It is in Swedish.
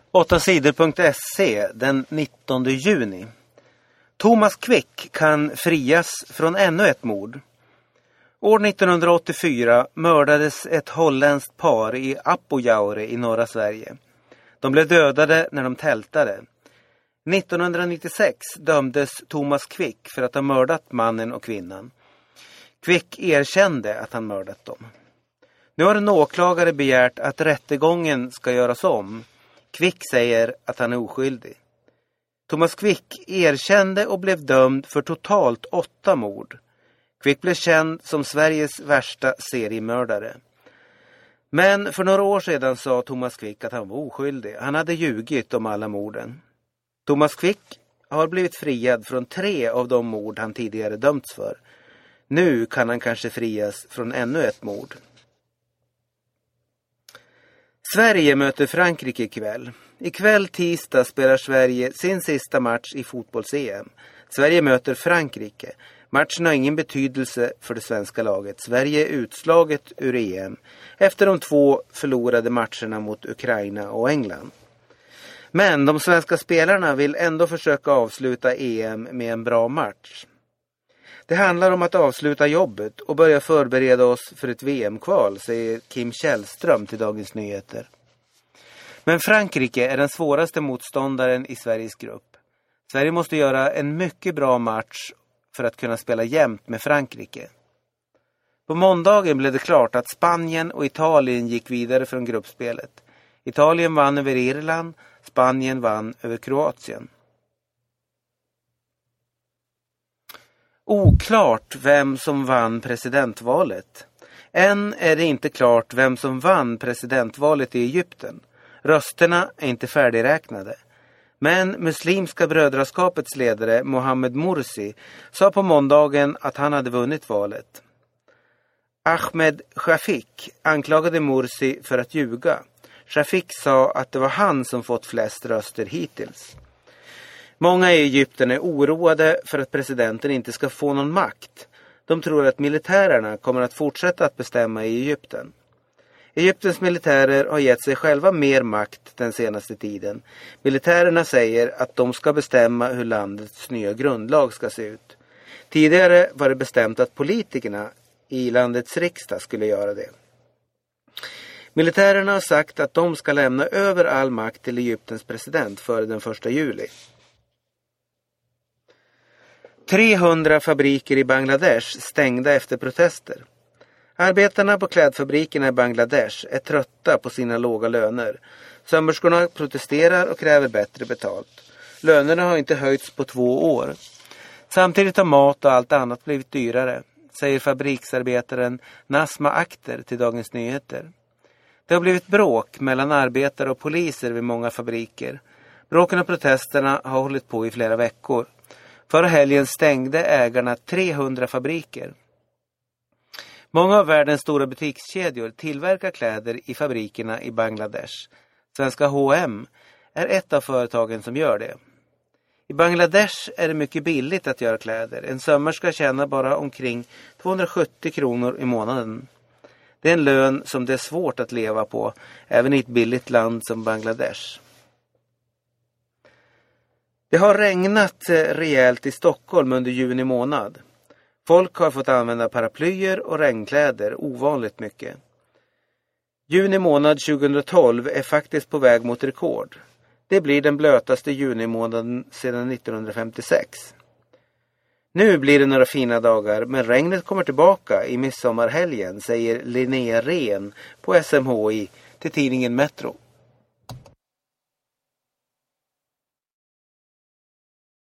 8sidor.se den 19 juni. Thomas Quick kan frias från ännu ett mord. År 1984 mördades ett holländskt par i Appojaure i norra Sverige. De blev dödade när de tältade. 1996 dömdes Thomas Quick för att ha mördat mannen och kvinnan. Quick erkände att han mördat dem. Nu har en åklagare begärt att rättegången ska göras om. Quick säger att han är oskyldig. Thomas Quick erkände och blev dömd för totalt 8 mord. Quick blev känd som Sveriges värsta seriemördare. Men för några år sedan sa Thomas Quick att han var oskyldig. Han hade ljugit om alla morden. Thomas Quick har blivit friad från 3 av de mord han tidigare dömts för. Nu kan han kanske frias från ännu ett mord. Sverige möter Frankrike ikväll. Ikväll tisdag spelar Sverige sin sista match i fotbolls-EM. Sverige möter Frankrike. Matchen har ingen betydelse för det svenska laget. Sverige är utslaget ur EM efter de 2 förlorade matcherna mot Ukraina och England. Men de svenska spelarna vill ändå försöka avsluta EM med en bra match. Det handlar om att avsluta jobbet och börja förbereda oss för ett VM-kval, säger Kim Källström till Dagens Nyheter. Men Frankrike är den svåraste motståndaren i Sveriges grupp. Sverige måste göra en mycket bra match för att kunna spela jämnt med Frankrike. På måndagen blev det klart att Spanien och Italien gick vidare från gruppspelet. Italien vann över Irland, Spanien vann över Kroatien. Oklart vem som vann presidentvalet. Än är det inte klart vem som vann presidentvalet i Egypten. Rösterna är inte färdigräknade. Men Muslimska brödraskapets ledare Mohammed Morsi sa på måndagen att han hade vunnit valet. Ahmed Shafik anklagade Morsi för att ljuga. Shafik sa att det var han som fått flest röster hittills. Många i Egypten är oroade för att presidenten inte ska få någon makt. De tror att militärerna kommer att fortsätta att bestämma i Egypten. Egyptens militärer har gett sig själva mer makt den senaste tiden. Militärerna säger att de ska bestämma hur landets nya grundlag ska se ut. Tidigare var det bestämt att politikerna i landets riksdag skulle göra det. Militärerna har sagt att de ska lämna över all makt till Egyptens president före den 1 juli. 300 fabriker i Bangladesh stängda efter protester. Arbetarna på klädfabrikerna i Bangladesh är trötta på sina låga löner. Sömmerskorna protesterar och kräver bättre betalt. Lönerna har inte höjts på 2 år. Samtidigt har mat och allt annat blivit dyrare, säger fabriksarbetaren Nasma Akhter till Dagens Nyheter. Det har blivit bråk mellan arbetare och poliser vid många fabriker. Bråken och protesterna har hållit på i flera veckor. Förra helgen stängde ägarna 300 fabriker. Många av världens stora butikskedjor tillverkar kläder i fabrikerna i Bangladesh. Svenska H&M är ett av företagen som gör det. I Bangladesh är det mycket billigt att göra kläder. En sömmerska tjänar bara omkring 270 kronor i månaden. Det är en lön som det är svårt att leva på, även i ett billigt land som Bangladesh. Det har regnat rejält i Stockholm under juni månad. Folk har fått använda paraplyer och regnkläder ovanligt mycket. Juni månad 2012 är faktiskt på väg mot rekord. Det blir den blötaste junimånaden sedan 1956. Nu blir det några fina dagar, men regnet kommer tillbaka i midsommarhelgen, säger Linnea Rehn på SMHI till tidningen Metro.